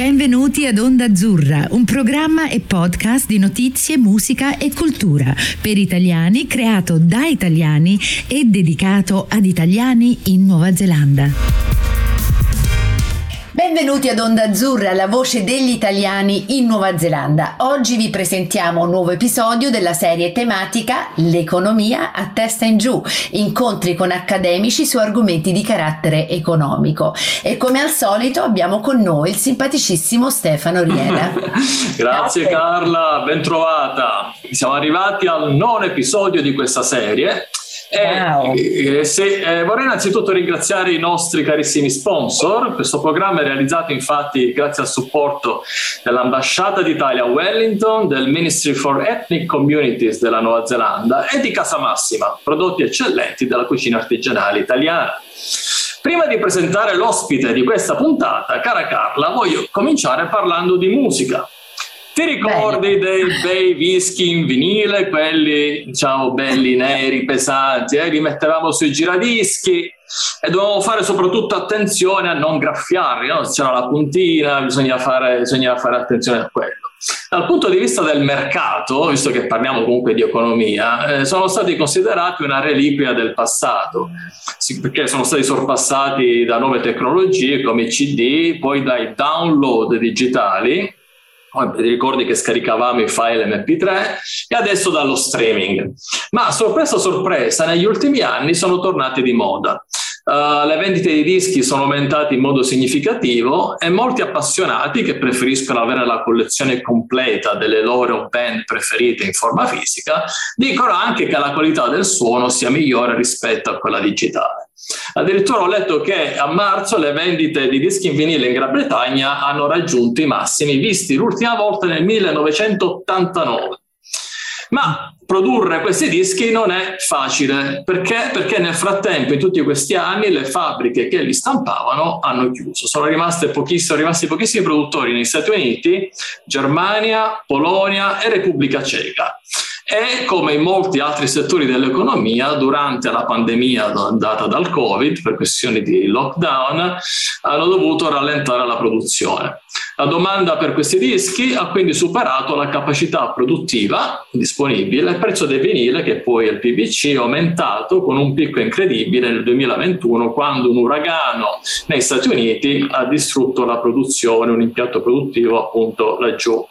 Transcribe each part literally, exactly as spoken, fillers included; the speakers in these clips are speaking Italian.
Benvenuti ad Onda Azzurra, un programma e podcast di notizie, musica e cultura per italiani, creato da italiani e dedicato ad italiani in Nuova Zelanda. Benvenuti ad Onda Azzurra, la voce degli italiani in Nuova Zelanda. Oggi vi presentiamo un nuovo episodio della serie tematica L'economia a testa in giù, incontri con accademici su argomenti di carattere economico. E come al solito abbiamo con noi il simpaticissimo Stefano Riera. Grazie, Grazie Carla, ben trovata. Siamo arrivati al nono episodio di questa serie. Wow. Eh, eh, se, eh, vorrei innanzitutto ringraziare i nostri carissimi sponsor. Questo programma è realizzato infatti grazie al supporto dell'Ambasciata d'Italia a Wellington, del Ministry for Ethnic Communities della Nuova Zelanda e di Casa Massima, prodotti eccellenti della cucina artigianale italiana. Prima di presentare l'ospite di questa puntata, cara Carla, voglio cominciare parlando di musica. Ti ricordi dei bei whisky in vinile, quelli diciamo belli neri, pesanti, eh? Li mettevamo sui giradischi e dovevamo fare soprattutto attenzione a non graffiarli, no? C'era la puntina, bisogna fare, bisogna fare attenzione a quello. Dal punto di vista del mercato, visto che parliamo comunque di economia, eh, sono stati considerati una reliquia del passato, sì, perché sono stati sorpassati da nuove tecnologie come i C D, poi dai download digitali. Ti ricordi che scaricavamo i file M P tre e adesso dallo streaming. Ma sorpresa sorpresa, negli ultimi anni sono tornati di moda. Uh, le vendite di dischi sono aumentate in modo significativo e molti appassionati che preferiscono avere la collezione completa delle loro band preferite in forma fisica dicono anche che la qualità del suono sia migliore rispetto a quella digitale. Addirittura ho letto che a marzo le vendite di dischi in vinile in Gran Bretagna hanno raggiunto i massimi visti l'ultima volta nel millenovecentottantanove. Ma produrre questi dischi non è facile, perché? Perché nel frattempo in tutti questi anni le fabbriche che li stampavano hanno chiuso. Sono rimaste pochissimi, sono rimasti pochissimi produttori negli Stati Uniti, Germania, Polonia e Repubblica Ceca. E come in molti altri settori dell'economia, durante la pandemia data dal Covid, per questioni di lockdown, hanno dovuto rallentare la produzione. La domanda per questi dischi ha quindi superato la capacità produttiva disponibile. Il prezzo del vinile, che poi è il P V C, è aumentato con un picco incredibile nel duemilaventuno, quando un uragano negli Stati Uniti ha distrutto la produzione, un impianto produttivo appunto laggiù.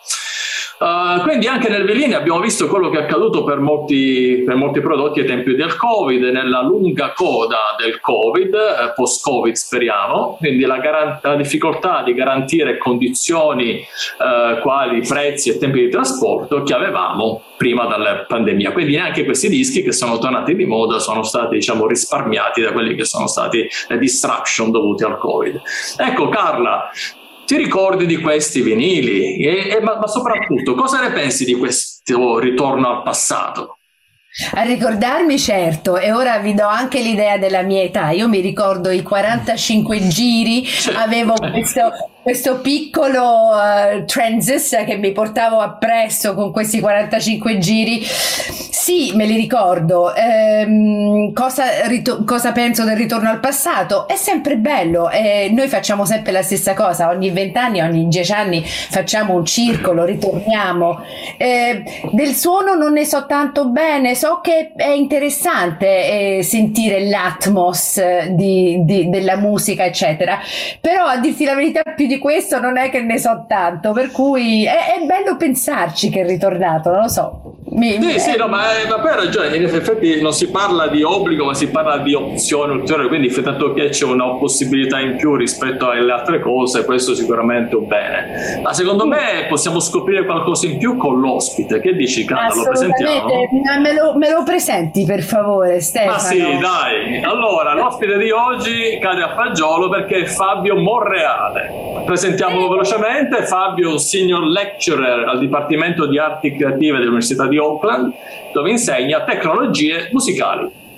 Uh, quindi anche nel vinile abbiamo visto quello che è accaduto per molti, per molti prodotti ai tempi del Covid, nella lunga coda del Covid, eh, post-Covid speriamo, quindi la, garan- la difficoltà di garantire condizioni eh, quali prezzi e tempi di trasporto che avevamo prima della pandemia. Quindi anche questi dischi che sono tornati di moda sono stati, diciamo, risparmiati da quelli che sono stati le distraction dovute al Covid. Ecco Carla, ti ricordi di questi vinili? E, e, ma, ma soprattutto, cosa ne pensi di questo ritorno al passato? A ricordarmi, certo, e ora vi do anche l'idea della mia età. Io mi ricordo i quarantacinque giri, avevo questo, questo piccolo uh, transistor che mi portavo appresso con questi quarantacinque giri. Sì, me li ricordo. Ehm, cosa, rit- cosa penso del ritorno al passato? È sempre bello, eh, noi facciamo sempre la stessa cosa, ogni vent'anni, ogni dieci anni facciamo un circolo, ritorniamo. Eh, del suono non ne so tanto bene, so che è interessante eh, sentire l'atmos di, di, della musica eccetera, però a dirti la verità più di questo non è che ne so tanto, per cui è, è bello pensarci che è ritornato, non lo so. Mi, sì, è... sì, no, ma, ma poi hai ragione, in effetti non si parla di obbligo ma si parla di opzione ulteriore, quindi tanto che c'è una possibilità in più rispetto alle altre cose, questo sicuramente è un bene. Ma secondo me possiamo scoprire qualcosa in più con l'ospite. Che dici, Carla? Lo presentiamo? Me lo, me lo presenti per favore, Stefano? Ma sì, dai. Allora, l'ospite di oggi cade a fagiolo perché è Fabio Monreale. Presentiamolo velocemente. Fabio è un senior lecturer al Dipartimento di Arti Creative dell'Università di Auckland, dove insegna tecnologie musicali.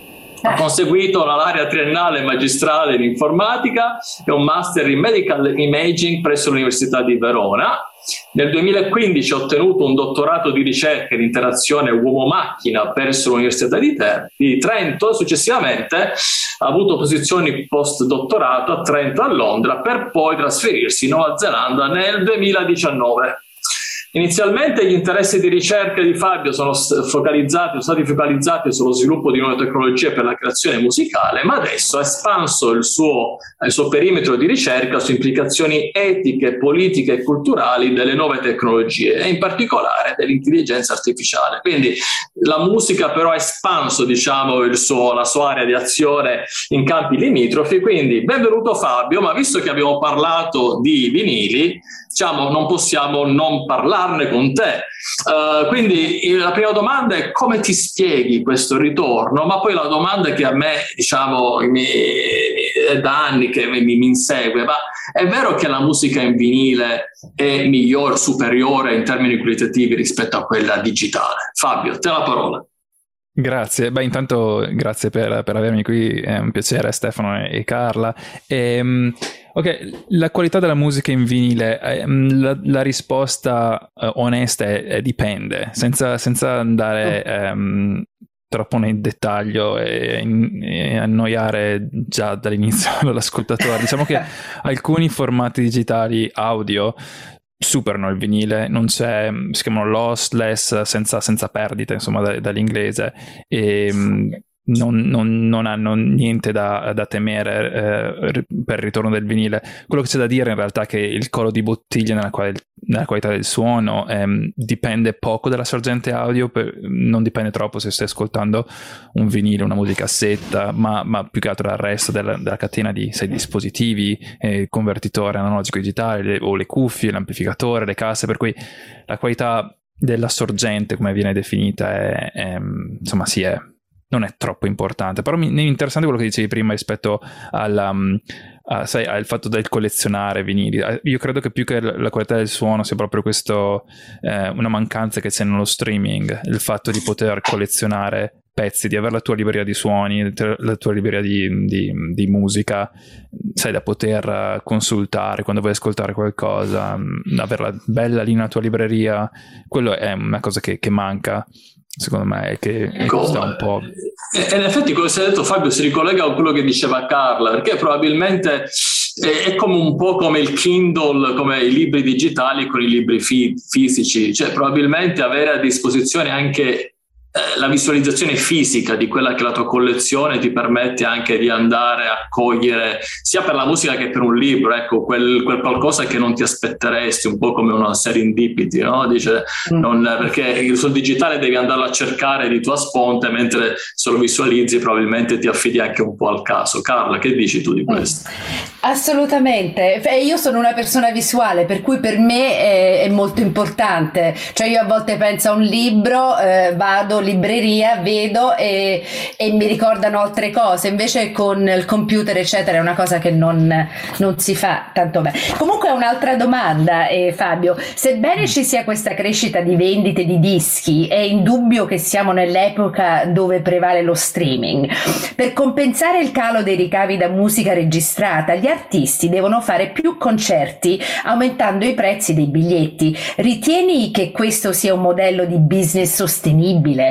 Ha conseguito la laurea triennale magistrale in informatica e un master in medical imaging presso l'Università di Verona. Nel duemilaquindici ha ottenuto un dottorato di ricerca in interazione uomo-macchina presso l'Università di, Ter- di Trento. Successivamente ha avuto posizioni post-dottorato a Trento e a Londra, per poi trasferirsi in Nuova Zelanda nel duemiladiciannove. Inizialmente gli interessi di ricerca di Fabio sono focalizzati, sono stati focalizzati sullo sviluppo di nuove tecnologie per la creazione musicale, ma adesso ha espanso il suo, il suo perimetro di ricerca su implicazioni etiche, politiche e culturali delle nuove tecnologie e in particolare dell'intelligenza artificiale. Quindi la musica però ha espanso, diciamo, il suo, la sua area di azione in campi limitrofi. Quindi benvenuto Fabio, ma visto che abbiamo parlato di vinili, diciamo, non possiamo non parlarne con te. Uh, quindi la prima domanda è: come ti spieghi questo ritorno? Ma poi la domanda che a me, diciamo, mi, è da anni che mi, mi insegue: ma è vero che la musica in vinile è migliore, superiore in termini qualitativi rispetto a quella digitale? Fabio, te la parola. Grazie, beh intanto grazie per, per avermi qui, è un piacere Stefano e, e Carla. E, ok, la qualità della musica in vinile, eh, la, la risposta eh, onesta è, è dipende, senza, senza andare ehm, troppo nel dettaglio e, e annoiare già dall'inizio l'ascoltatore. Diciamo che alcuni formati digitali audio superano il vinile, non c'è, si chiamano lossless, senza, senza perdite, insomma, da, dall'inglese, e non, non, non hanno niente da, da temere eh, per il ritorno del vinile. Quello che c'è da dire in realtà è che il collo di bottiglia nella, qual- nella qualità del suono ehm, dipende poco dalla sorgente audio, per, non dipende troppo se stai ascoltando un vinile, una musicassetta, ma, ma più che altro dal resto della, della catena di sei dispositivi, eh, il convertitore analogico digitale, le, o le cuffie, l'amplificatore, le casse, per cui la qualità della sorgente, come viene definita, è, è, insomma si è non è troppo importante. Però mi è interessante quello che dicevi prima rispetto alla, um, a, sai, al fatto del collezionare vinili. Io credo che più che la qualità del suono sia proprio questo, eh, una mancanza che c'è nello streaming, il fatto di poter collezionare pezzi, di avere la tua libreria di suoni, la tua libreria di, di, di musica, sai, da poter consultare quando vuoi ascoltare qualcosa, avere la bella lì nella tua libreria. Quello è una cosa che, che manca, secondo me, è che ecco, sta un po'. E in effetti quello che hai detto Fabio si ricollega a quello che diceva Carla, perché probabilmente è come un po' come il Kindle, come i libri digitali con i libri fi- fisici, cioè probabilmente avere a disposizione anche eh, la visualizzazione fisica di quella che è la tua collezione ti permette anche di andare a cogliere, sia per la musica che per un libro, ecco, quel, quel qualcosa che non ti aspetteresti, un po' come una serendipity, no? Dice, mm. non, perché sul digitale devi andarlo a cercare di tua sponte, mentre se lo visualizzi probabilmente ti affidi anche un po' al caso. Carla, che dici tu di questo? Assolutamente, io sono una persona visuale, per cui per me è, è molto importante, cioè io a volte penso a un libro, eh, vado libreria, vedo e, e mi ricordano altre cose, invece con il computer eccetera è una cosa che non, non si fa tanto bene. Comunque un'altra domanda, eh, Fabio, sebbene ci sia questa crescita di vendite di dischi, è indubbio che siamo nell'epoca dove prevale lo streaming. Per compensare il calo dei ricavi da musica registrata, gli artisti devono fare più concerti aumentando i prezzi dei biglietti. Ritieni che questo sia un modello di business sostenibile?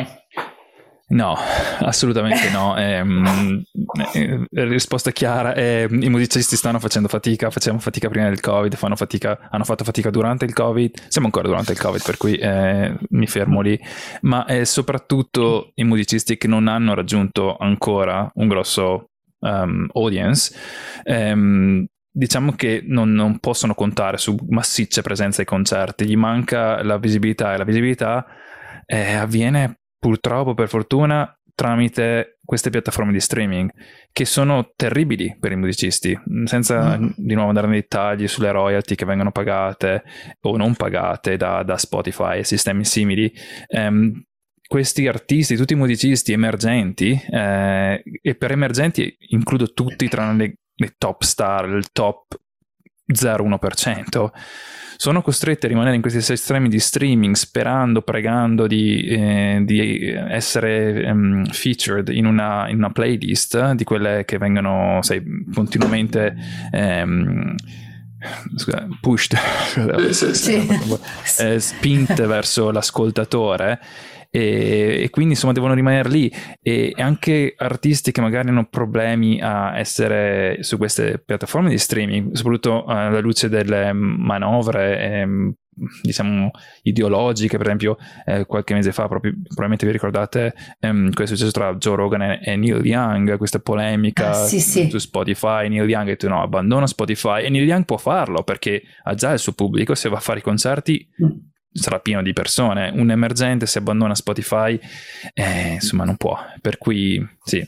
No, assolutamente no. Eh, eh, risposta chiara, eh, i musicisti stanno facendo fatica, facevano fatica prima del Covid, fanno fatica, hanno fatto fatica durante il Covid, siamo ancora durante il Covid, per cui eh, mi fermo lì, ma eh, soprattutto i musicisti che non hanno raggiunto ancora un grosso um, audience, ehm, diciamo che non, non possono contare su massicce presenze ai concerti, gli manca la visibilità, e la visibilità eh, avviene purtroppo, per fortuna, tramite queste piattaforme di streaming che sono terribili per i musicisti, senza mm. di nuovo andare nei dettagli sulle royalty che vengono pagate o non pagate da, da Spotify e sistemi simili. Um, questi artisti, tutti i musicisti emergenti, eh, e per emergenti includo tutti tranne le, le top star, il top zero virgola uno per cento. Sono costretti a rimanere in questi estremi di streaming, sperando, pregando di, eh, di essere um, featured in una, in una playlist di quelle che vengono, sai, continuamente um, scusa, pushed, sì, sì. eh, spinte verso l'ascoltatore. E, e quindi insomma devono rimanere lì, e anche artisti che magari hanno problemi a essere su queste piattaforme di streaming, soprattutto alla luce delle manovre ehm, diciamo ideologiche. Per esempio eh, qualche mese fa, proprio, probabilmente vi ricordate ehm, cosa è successo tra Joe Rogan e, e Neil Young, questa polemica ah, sì, sì. su Spotify. Neil Young ha detto no, abbandona Spotify, e Neil Young può farlo perché ha già il suo pubblico, se va a fare i concerti mm. sarà pieno di persone. Un emergente se abbandona Spotify eh, insomma non può, per cui sì.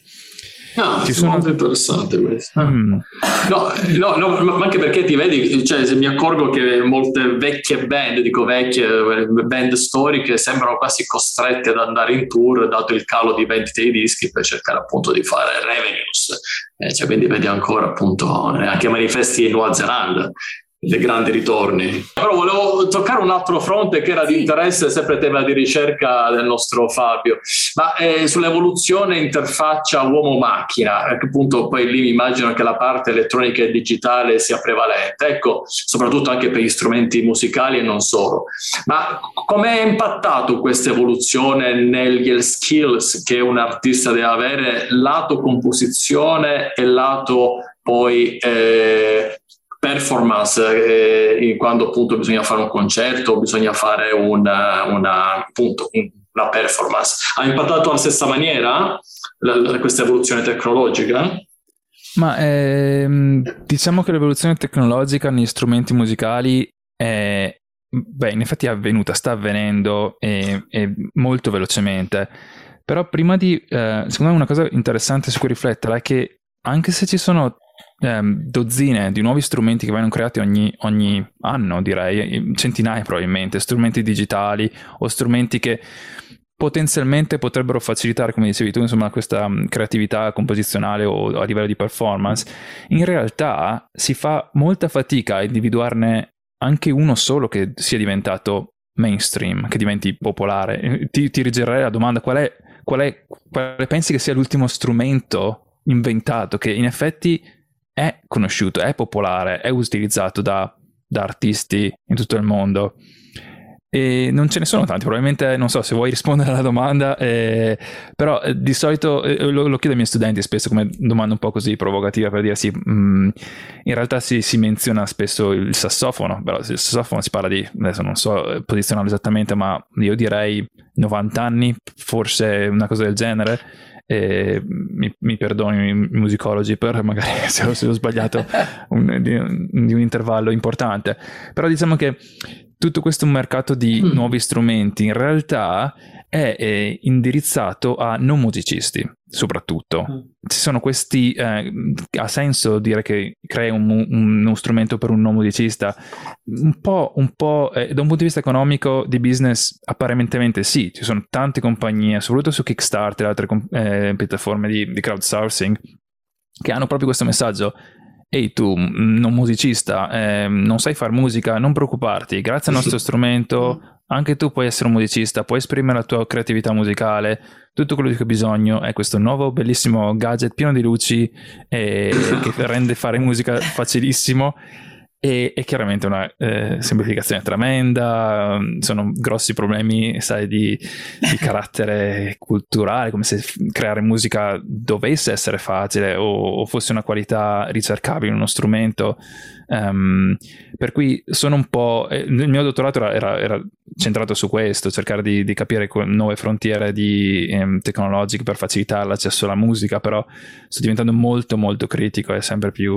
No, ci sono... molto interessante questo. Mm. No, no, no, ma anche perché ti vedi, cioè, se mi accorgo che molte vecchie band, dico vecchie, band storiche, sembrano quasi costrette ad andare in tour, dato il calo di vendite di dischi, per cercare appunto di fare revenues. Eh, cioè, quindi vedi ancora appunto anche manifesti in Nuova Zelanda, dei grandi ritorni. Però volevo toccare un altro fronte che era sì. di interesse, sempre tema di ricerca del nostro Fabio, ma eh, sull'evoluzione interfaccia uomo-macchina, a che punto poi lì mi immagino che la parte elettronica e digitale sia prevalente, ecco, soprattutto anche per gli strumenti musicali e non solo. Ma come è impattato questa evoluzione negli skills che un artista deve avere, lato composizione e lato poi eh, performance, eh, quando appunto bisogna fare un concerto, bisogna fare una, una, appunto, una performance. Ha impattato alla stessa maniera la, la, questa evoluzione tecnologica? Ma ehm, diciamo che l'evoluzione tecnologica negli strumenti musicali è, beh, in effetti è avvenuta, sta avvenendo e, e molto velocemente. Però prima di, eh, secondo me una cosa interessante su cui riflettere è che anche se ci sono Um, dozzine di nuovi strumenti che vengono creati ogni, ogni anno, direi centinaia probabilmente, strumenti digitali o strumenti che potenzialmente potrebbero facilitare, come dicevi tu, insomma, questa um, creatività composizionale o a livello di performance. In realtà si fa molta fatica a individuarne anche uno solo che sia diventato mainstream, che diventi popolare. Ti, ti rigirerei la domanda: qual è, qual è, quale pensi che sia l'ultimo strumento inventato che in effetti è conosciuto, è popolare, è utilizzato da, da artisti in tutto il mondo? E non ce ne sono tanti, probabilmente, non so se vuoi rispondere alla domanda, eh, però eh, di solito eh, lo, lo chiedo ai miei studenti spesso come domanda un po' così provocativa, per dire sì, mh, in realtà si, si menziona spesso il sassofono, però il sassofono si parla di, adesso non so posizionarlo esattamente, ma io direi novanta anni, forse una cosa del genere. E mi, mi perdoni i musicologi per magari se ho, se ho sbagliato un, di, di un intervallo importante, però diciamo che tutto questo mercato di mm. nuovi strumenti in realtà è, è indirizzato a non musicisti soprattutto. Mm. Ci sono questi, eh, ha senso dire che crei un, un, uno strumento per un non musicista? Un po', un po' eh, da un punto di vista economico, di business, apparentemente sì, ci sono tante compagnie, soprattutto su Kickstarter e altre eh, piattaforme di, di crowdsourcing, che hanno proprio questo messaggio: ehi tu, non musicista, eh, non sai fare musica, non preoccuparti, grazie al nostro strumento anche tu puoi essere un musicista, puoi esprimere la tua creatività musicale, tutto quello di cui hai bisogno è questo nuovo bellissimo gadget pieno di luci eh, che rende fare musica facilissimo. E, e chiaramente una eh, semplificazione tremenda, sono grossi problemi, sai, di, di carattere culturale, come se f- creare musica dovesse essere facile o, o fosse una qualità ricercabile in uno strumento. Um, per cui sono un po'... Eh, il mio dottorato era, era, era centrato su questo, cercare di, di capire nuove frontiere di, um, tecnologiche per facilitare l'accesso alla musica, però sto diventando molto molto critico e sempre più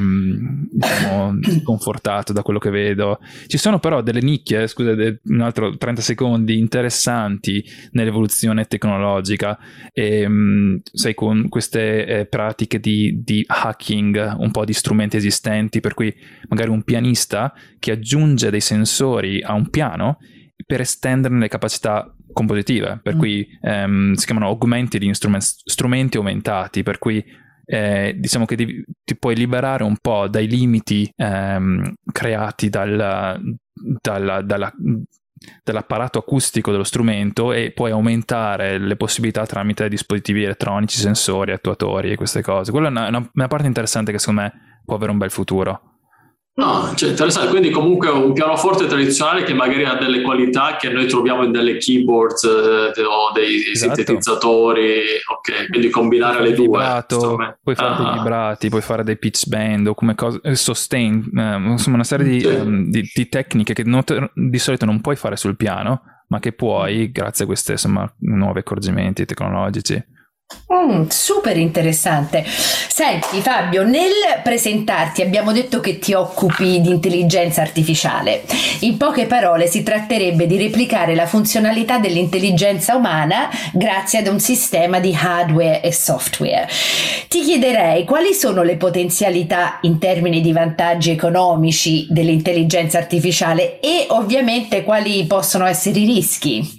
um, diciamo, confortato da quello che vedo. Ci sono però delle nicchie, scusa, un altro trenta secondi, interessanti nell'evoluzione tecnologica, e, um, sai, con queste eh, pratiche di, di hacking un po' di strumenti esistenti, per cui magari un pianista che aggiunge dei sensori a un piano per estenderne le capacità compositive, per mm. cui um, si chiamano augmented instruments, strumenti aumentati, per cui eh, diciamo che devi, ti puoi liberare un po' dai limiti ehm, creati dal, dalla, dalla, dall'apparato acustico dello strumento, e puoi aumentare le possibilità tramite dispositivi elettronici, sensori, attuatori e queste cose. Quella è una, una, una parte interessante che secondo me può avere un bel futuro. No, cioè interessante, quindi comunque un pianoforte tradizionale che magari ha delle qualità che noi troviamo in delle keyboards eh, o dei esatto. sintetizzatori, ok, quindi combinare le due. Vibrato, puoi fare ah. dei vibrati, puoi fare dei pitch bend o come cose, sustain, eh, insomma una serie di, sì. um, di, di tecniche che non te, di solito non puoi fare sul piano, ma che puoi grazie a questi insomma nuovi accorgimenti tecnologici. Mm, super interessante. Senti Fabio, nel presentarti abbiamo detto che ti occupi di intelligenza artificiale. In poche parole si tratterebbe di replicare la funzionalità dell'intelligenza umana grazie ad un sistema di hardware e software. Ti chiederei quali sono le potenzialità in termini di vantaggi economici dell'intelligenza artificiale e ovviamente quali possono essere i rischi.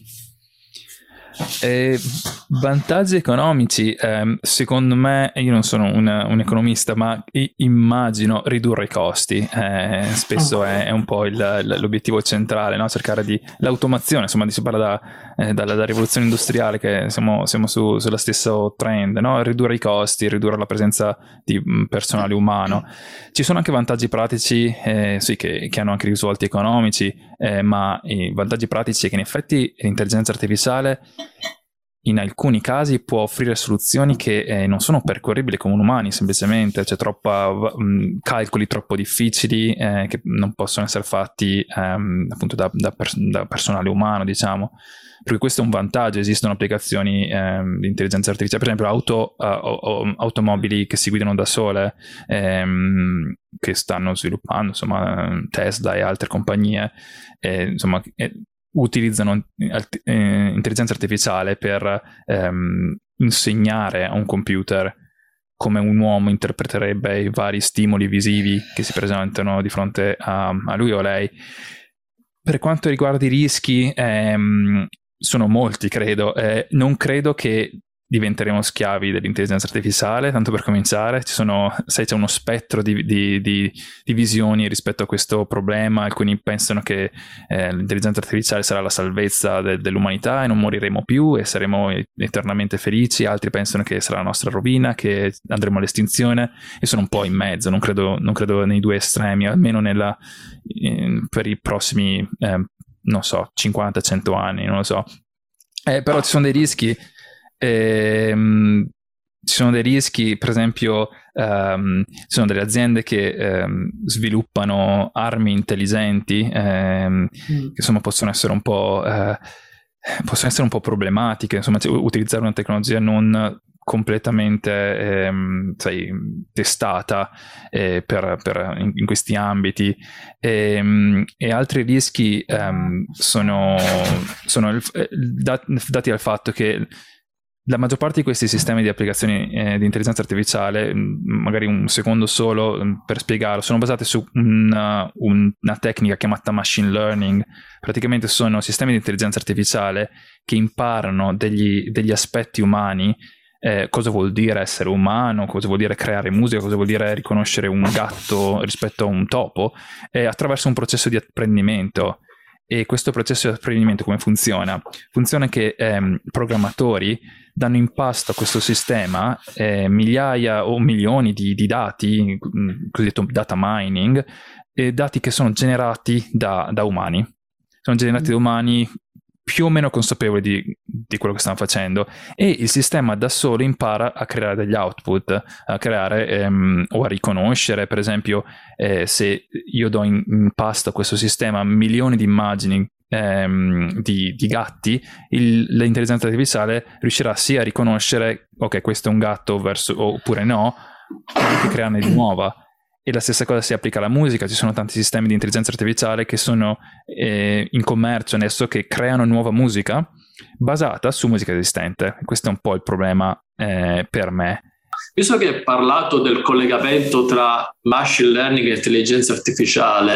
Eh, vantaggi economici, eh, secondo me, io non sono un, un economista, ma immagino ridurre i costi, eh, spesso è, è un po' il, l'obiettivo centrale, no? Cercare di l'automazione, insomma, si parla da, eh, dalla, dalla rivoluzione industriale, che siamo, siamo su, sulla stessa trend, no? Ridurre i costi, ridurre la presenza di personale umano. Ci sono anche vantaggi pratici, eh, sì, che, che hanno anche risvolti economici, eh, ma i vantaggi pratici è che in effetti l'intelligenza artificiale in alcuni casi può offrire soluzioni che eh, non sono percorribili come umani, semplicemente c'è troppa mh, calcoli troppo difficili eh, che non possono essere fatti ehm, appunto da, da, pers- da personale umano, diciamo. Perché questo è un vantaggio. Esistono applicazioni ehm, di intelligenza artificiale, per esempio auto, uh, o, o, automobili che si guidano da sole, ehm, che stanno sviluppando, insomma, Tesla e altre compagnie, eh, insomma, eh, utilizzano eh, intelligenza artificiale per ehm, insegnare a un computer come un uomo interpreterebbe i vari stimoli visivi che si presentano di fronte a, a lui o lei. Per quanto riguarda i rischi, ehm, sono molti, credo. Eh, non credo che diventeremo schiavi dell'intelligenza artificiale, tanto per cominciare. Ci sono, sai, c'è uno spettro di, di, di, di visioni rispetto a questo problema. Alcuni pensano che eh, l'intelligenza artificiale sarà la salvezza de, dell'umanità e non moriremo più e saremo eternamente felici. Altri pensano che sarà la nostra rovina, che andremo all'estinzione. E sono un po' in mezzo, non credo, non credo nei due estremi, almeno nella, eh, per i prossimi, eh, non so, cinquanta cento anni, non lo so. Eh, però ci sono dei rischi. Ehm, ci sono dei rischi, per esempio ehm, ci sono delle aziende che ehm, sviluppano armi intelligenti ehm, mm. che insomma possono essere un po' eh, possono essere un po' problematiche, insomma, cioè, utilizzare una tecnologia non completamente ehm, sai, testata eh, per, per in, in questi ambiti e, e altri rischi ehm, sono, sono il, dat, dati dal fatto che la maggior parte di questi sistemi di applicazioni eh, di intelligenza artificiale, magari un secondo solo per spiegarlo, sono basate su una, una tecnica chiamata machine learning. Praticamente sono sistemi di intelligenza artificiale che imparano degli, degli aspetti umani, eh, cosa vuol dire essere umano, cosa vuol dire creare musica, cosa vuol dire riconoscere un gatto rispetto a un topo, eh, attraverso un processo di apprendimento. E questo processo di apprendimento come funziona? Funziona che ehm, programmatori danno in pasto a questo sistema eh, migliaia o milioni di, di dati, cosiddetto data mining, e dati che sono generati da, da umani. Sono generati da umani più o meno consapevoli di, di quello che stanno facendo, e il sistema da solo impara a creare degli output, a creare ehm, o a riconoscere, per esempio, eh, se io do in, in pasto a questo sistema milioni di immagini ehm, di, di gatti, il, l'intelligenza artificiale riuscirà sia a riconoscere ok, questo è un gatto verso, oppure no, ma anche crearne di nuova. E la stessa cosa si applica alla musica. Ci sono tanti sistemi di intelligenza artificiale che sono eh, in commercio adesso, che creano nuova musica basata su musica esistente. Questo è un po' il problema eh, per me. Visto che hai parlato del collegamento tra machine learning e intelligenza artificiale,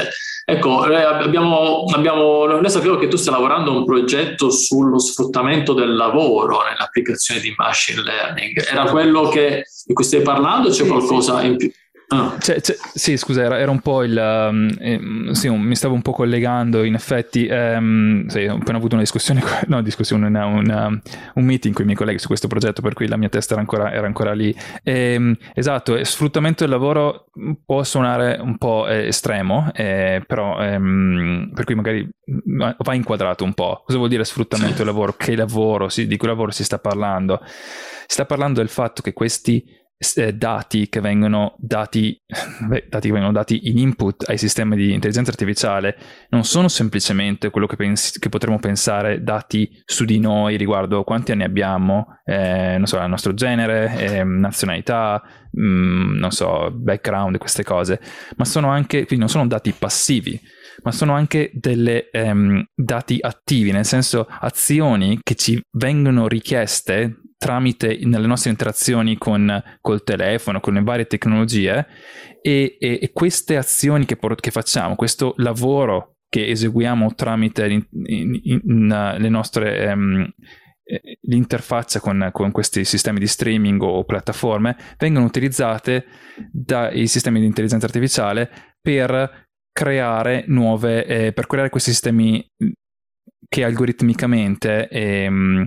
Ecco, eh, abbiamo, abbiamo, noi sappiamo che tu stai lavorando a un progetto sullo sfruttamento del lavoro nell'applicazione di machine learning. Era quello che, di cui stai parlando o c'è sì, qualcosa sì. in più? Ah. C'è, c'è, sì, scusa, era, era un po' il... Um, eh, sì, un, mi stavo un po' collegando, in effetti. Um, sì, ho appena avuto una discussione, no, discussione, una, una, un meeting con i miei colleghi su questo progetto, per cui la mia testa era ancora, era ancora lì. E, esatto, sfruttamento del lavoro può suonare un po' eh, estremo, eh, però ehm, per cui magari va inquadrato un po'. Cosa vuol dire sfruttamento del lavoro? Che lavoro, sì, di che lavoro si sta parlando? Si sta parlando del fatto che questi dati che vengono dati, beh, dati che vengono dati in input ai sistemi di intelligenza artificiale non sono semplicemente quello che, pensi, che potremmo pensare dati su di noi riguardo quanti anni abbiamo, eh, non so, il nostro genere, eh, nazionalità, mh, non so, background, queste cose, ma sono anche, quindi non sono dati passivi, ma sono anche delle ehm, dati attivi, nel senso azioni che ci vengono richieste tramite nelle nostre interazioni con col telefono, con le varie tecnologie, e, e, e queste azioni che, che facciamo, questo lavoro che eseguiamo tramite in, in, in, le nostre um, l'interfaccia con, con questi sistemi di streaming o piattaforme, vengono utilizzate dai sistemi di intelligenza artificiale per creare nuove, eh, per creare questi sistemi che algoritmicamente ehm,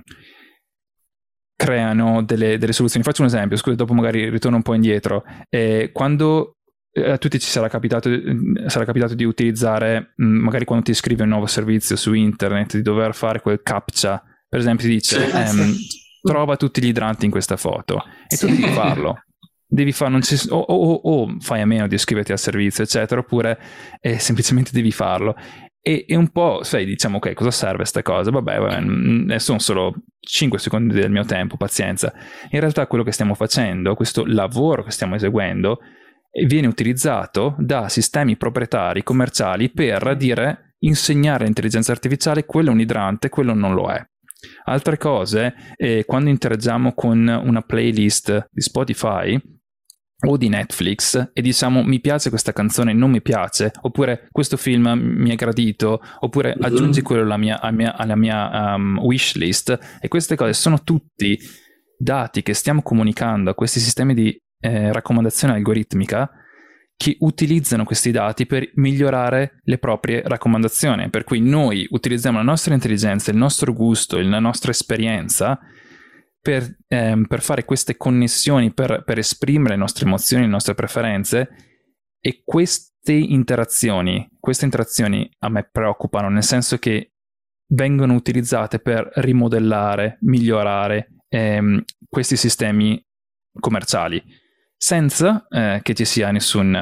creano delle, delle soluzioni. Faccio un esempio, scusa, dopo magari ritorno un po' indietro. Eh, quando eh, a tutti ci sarà capitato, sarà capitato di utilizzare, mh, magari quando ti iscrivi a un nuovo servizio su internet, di dover fare quel captcha, per esempio ti dice sì, ehm, sì. trova tutti gli idranti in questa foto, e sì. tu devi farlo. Devi fare, non ci, o, o, o fai a meno di iscriverti al servizio, eccetera, oppure eh, semplicemente devi farlo. E, e un po', sai, diciamo, ok, cosa serve sta cosa? Vabbè, vabbè, sono solo cinque secondi del mio tempo, pazienza. In realtà quello che stiamo facendo, questo lavoro che stiamo eseguendo, viene utilizzato da sistemi proprietari commerciali per dire, insegnare all'intelligenza artificiale quello è un idrante, quello non lo è. Altre cose, eh, quando interagiamo con una playlist di Spotify o di Netflix e diciamo mi piace questa canzone, non mi piace, oppure questo film mi è gradito, oppure aggiungi quello alla mia, alla mia, alla mia um, wish list, e queste cose sono tutti dati che stiamo comunicando a questi sistemi di eh, raccomandazione algoritmica che utilizzano questi dati per migliorare le proprie raccomandazioni, per cui noi utilizziamo la nostra intelligenza, il nostro gusto, la nostra esperienza Per, ehm, per fare queste connessioni, per, per esprimere le nostre emozioni, le nostre preferenze, e queste interazioni, queste interazioni a me preoccupano, nel senso che vengono utilizzate per rimodellare, migliorare ehm, questi sistemi commerciali, senza eh, che ci sia nessun,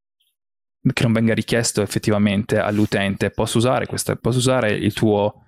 uh, che non venga richiesto effettivamente all'utente, posso usare questa, posso usare il tuo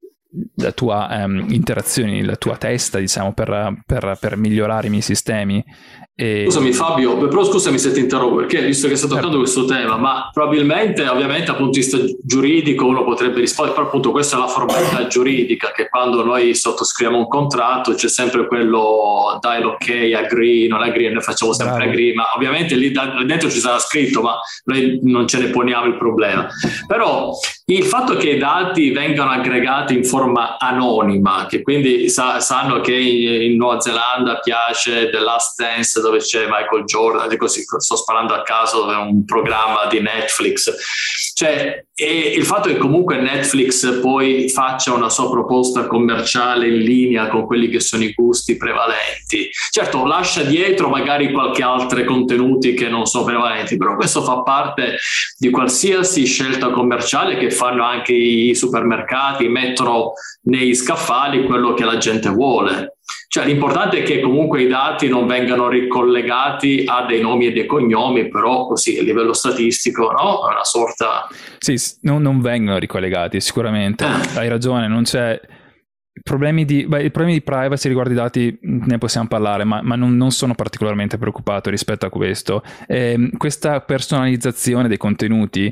la tua um, interazione, la tua testa, diciamo, per, per, per migliorare i miei sistemi. E... Scusami Fabio, però scusami se ti interrompo, perché visto che stai toccando certo. questo tema, ma probabilmente, ovviamente dal punto di vista giuridico uno potrebbe rispondere, però appunto questa è la formalità giuridica, che quando noi sottoscriviamo un contratto c'è sempre quello dai ok, agree, non agree, noi facciamo sempre Bravo. agree, ma ovviamente lì dentro ci sarà scritto, ma noi non ce ne poniamo il problema. Però il fatto che i dati vengano aggregati in forma anonima, che quindi sa, sanno che in, in Nuova Zelanda piace The Last Dance dove c'è Michael Jordan, così sto sparando a caso, dove è un programma di Netflix, cioè, e il fatto che comunque Netflix poi faccia una sua proposta commerciale in linea con quelli che sono i gusti prevalenti, certo lascia dietro magari qualche altro contenuti che non sono prevalenti, però questo fa parte di qualsiasi scelta commerciale che fanno anche i supermercati, mettono nei scaffali quello che la gente vuole. Cioè l'importante è che comunque i dati non vengano ricollegati a dei nomi e dei cognomi, però così a livello statistico, no? È una sorta... Sì, non, non vengono ricollegati sicuramente, eh. Hai ragione, non c'è... Problemi di, beh, i problemi di privacy riguardo i dati ne possiamo parlare, ma, ma non, non sono particolarmente preoccupato rispetto a questo. Eh, questa personalizzazione dei contenuti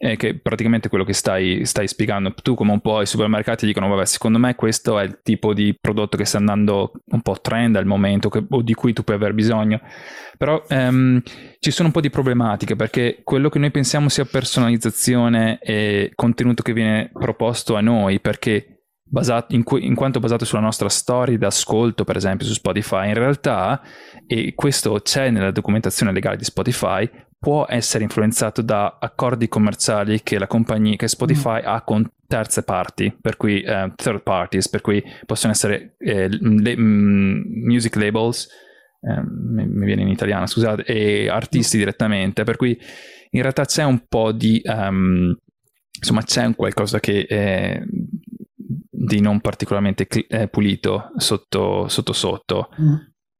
eh, che praticamente quello che stai, stai spiegando tu, come un po' i supermercati dicono vabbè, secondo me questo è il tipo di prodotto che sta andando un po' trend al momento, che, o di cui tu puoi aver bisogno. Però ehm, ci sono un po' di problematiche, perché quello che noi pensiamo sia personalizzazione e contenuto che viene proposto a noi, perché basato in, in quanto basato sulla nostra storia d'ascolto, per esempio su Spotify, in realtà, e questo c'è nella documentazione legale di Spotify, può essere influenzato da accordi commerciali che la compagnia, che Spotify mm. ha con terze parti, per cui uh, third parties, per cui possono essere eh, le, mm, music labels, eh, mi viene in italiano, scusate, e artisti mm. direttamente, per cui in realtà c'è un po' di um, insomma c'è un qualcosa che è di non particolarmente cl- eh, pulito sotto sotto sotto. Mm.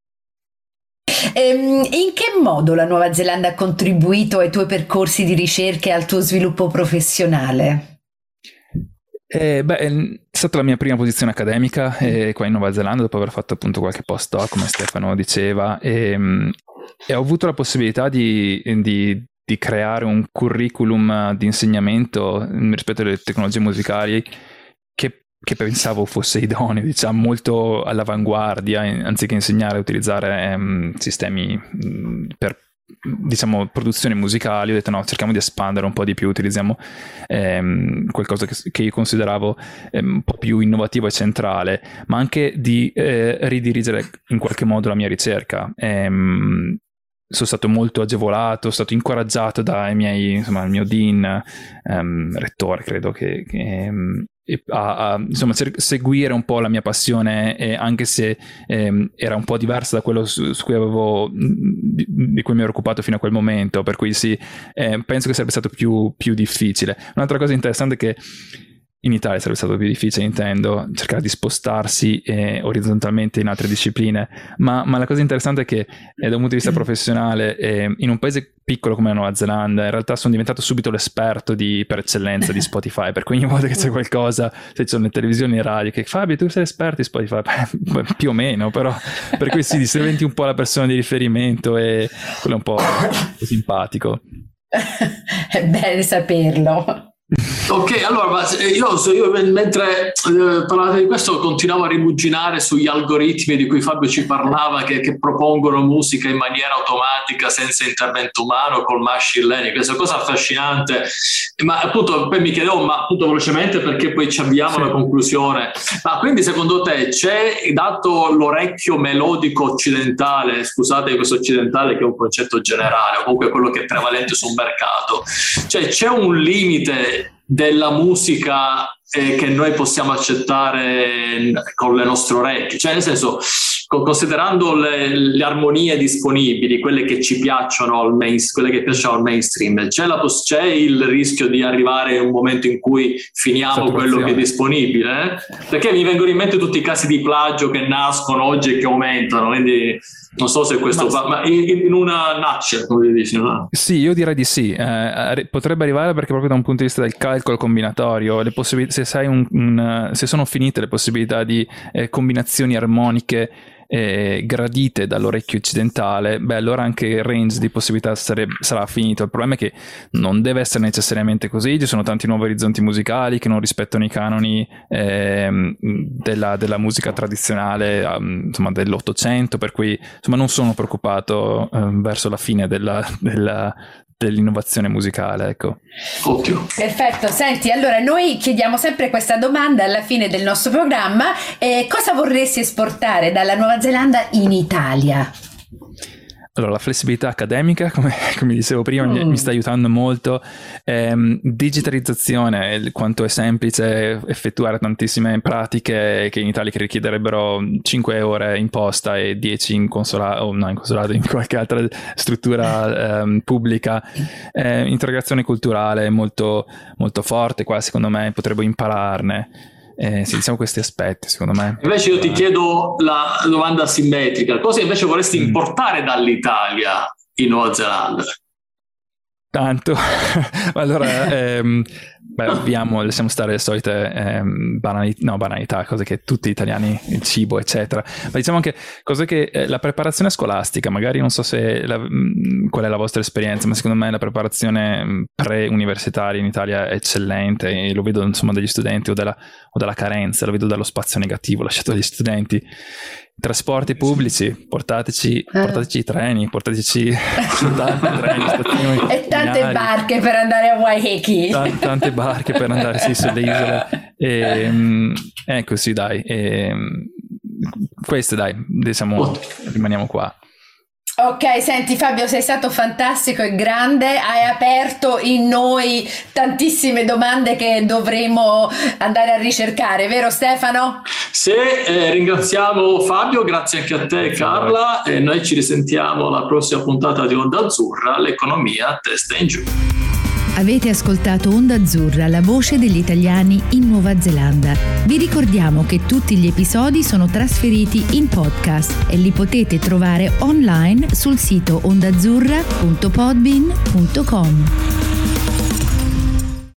Ehm, in che modo la Nuova Zelanda ha contribuito ai tuoi percorsi di ricerca e al tuo sviluppo professionale? Eh, beh, è stata la mia prima posizione accademica eh, qua in Nuova Zelanda, dopo aver fatto appunto qualche postdoc, come Stefano diceva, e, e ho avuto la possibilità di, di, di creare un curriculum di insegnamento rispetto alle tecnologie musicali che che pensavo fosse idoneo, diciamo, molto all'avanguardia, anziché insegnare a utilizzare um, sistemi um, per, diciamo, produzioni musicali. Ho detto no, cerchiamo di espandere un po' di più, utilizziamo um, qualcosa che, che io consideravo um, un po' più innovativo e centrale, ma anche di eh, ridirigere in qualche modo la mia ricerca. Um, sono stato molto agevolato, sono stato incoraggiato dai miei, insomma, il mio dean, um, rettore, credo che... che um, A, a insomma cer- seguire un po' la mia passione, eh, anche se ehm, era un po' diversa da quello su, su cui avevo di, di cui mi ero occupato fino a quel momento, per cui sì, eh, penso che sarebbe stato più, più difficile. Un'altra cosa interessante è che in Italia sarebbe stato più difficile, intendo, cercare di spostarsi eh, orizzontalmente in altre discipline, ma, ma la cosa interessante è che eh, da un punto di vista professionale, eh, in un paese piccolo come la Nuova Zelanda, in realtà sono diventato subito l'esperto di, per eccellenza di Spotify, per cui ogni volta che c'è qualcosa, se ci sono le televisioni e le radio, che Fabio tu sei esperto di Spotify, beh, più o meno, però per cui sì, diventi un po' la persona di riferimento e quello è un po' simpatico. È bene saperlo. Ok, allora io, io mentre eh, parlate di questo continuavo a rimuginare sugli algoritmi di cui Fabio ci parlava, che, che propongono musica in maniera automatica senza intervento umano col machine learning. Questa cosa affascinante, ma appunto poi mi chiedevo, ma appunto velocemente, perché poi ci avviamo alla conclusione, ma quindi secondo te c'è, dato l'orecchio melodico occidentale, scusate questo occidentale che è un concetto generale, o comunque quello che è prevalente sul mercato, cioè c'è un limite della musica eh, che noi possiamo accettare con le nostre orecchie, cioè nel senso, considerando le, le armonie disponibili, quelle che ci piacciono al mainstream, quelle che piacciono al mainstream, c'è, la, c'è il rischio di arrivare in un momento in cui finiamo quello che è disponibile, eh? Perché mi vengono in mente tutti i casi di plagio che nascono oggi e che aumentano, quindi non so se questo ma, ma in, in una nutshell, come dici, no? Sì, io direi di sì, eh, potrebbe arrivare, perché proprio da un punto di vista del calcolo combinatorio, le possibilità, se, sei un, un, se sono finite le possibilità di eh, combinazioni armoniche eh, gradite dall'orecchio occidentale, beh allora anche il range di possibilità sarebbe, sarà finito. Il problema è che non deve essere necessariamente così, ci sono tanti nuovi orizzonti musicali che non rispettano i canoni eh, della, della musica tradizionale, um, insomma dell'Ottocento, per cui insomma non sono preoccupato eh, verso la fine della, della dell'innovazione musicale, ecco. Ottimo. Perfetto, senti, allora noi chiediamo sempre questa domanda alla fine del nostro programma: eh, cosa vorresti esportare dalla Nuova Zelanda in Italia? Allora, la flessibilità accademica, come, come dicevo prima, mm. mi, mi sta aiutando molto. Ehm, digitalizzazione, quanto è semplice effettuare tantissime pratiche che in Italia che richiederebbero cinque ore in posta e dieci in consolato, o no, in consolato, in qualche altra struttura ehm, pubblica. Eh, integrazione culturale molto, molto forte, qua secondo me potremmo impararne. Eh, sì, diciamo questi aspetti, secondo me. Invece io ti chiedo la domanda simmetrica: cosa invece vorresti mm. importare dall'Italia in Nuova Zelanda? Tanto. Allora, ehm, beh, abbiamo, lasciamo stare le solite ehm, banalità, no, banalità, cose che tutti gli italiani, il cibo, eccetera. Ma diciamo anche cose che eh, la preparazione scolastica, magari non so se la, mh, qual è la vostra esperienza, ma secondo me la preparazione pre-universitaria in Italia è eccellente, e lo vedo insomma dagli studenti o dalla, o dalla carenza, lo vedo dallo spazio negativo lasciato dagli studenti. Trasporti pubblici, portateci, portateci i treni, portateci tanti treni, stazioni, e tante binari, barche per andare a Waiheke. t- tante barche per andare sì, sulle isole. E, um, ecco sì dai, e, um, queste dai, diciamo, rimaniamo qua. Ok, senti Fabio, sei stato fantastico e grande, hai aperto in noi tantissime domande che dovremo andare a ricercare, vero Stefano? Sì, eh, ringraziamo Fabio, grazie anche a te Carla, e noi ci risentiamo alla prossima puntata di Onda Azzurra, l'economia a testa in giù. Avete ascoltato Onda Azzurra, la voce degli italiani in Nuova Zelanda. Vi ricordiamo che tutti gli episodi sono trasferiti in podcast e li potete trovare online sul sito ondazzurra punto podbean punto com.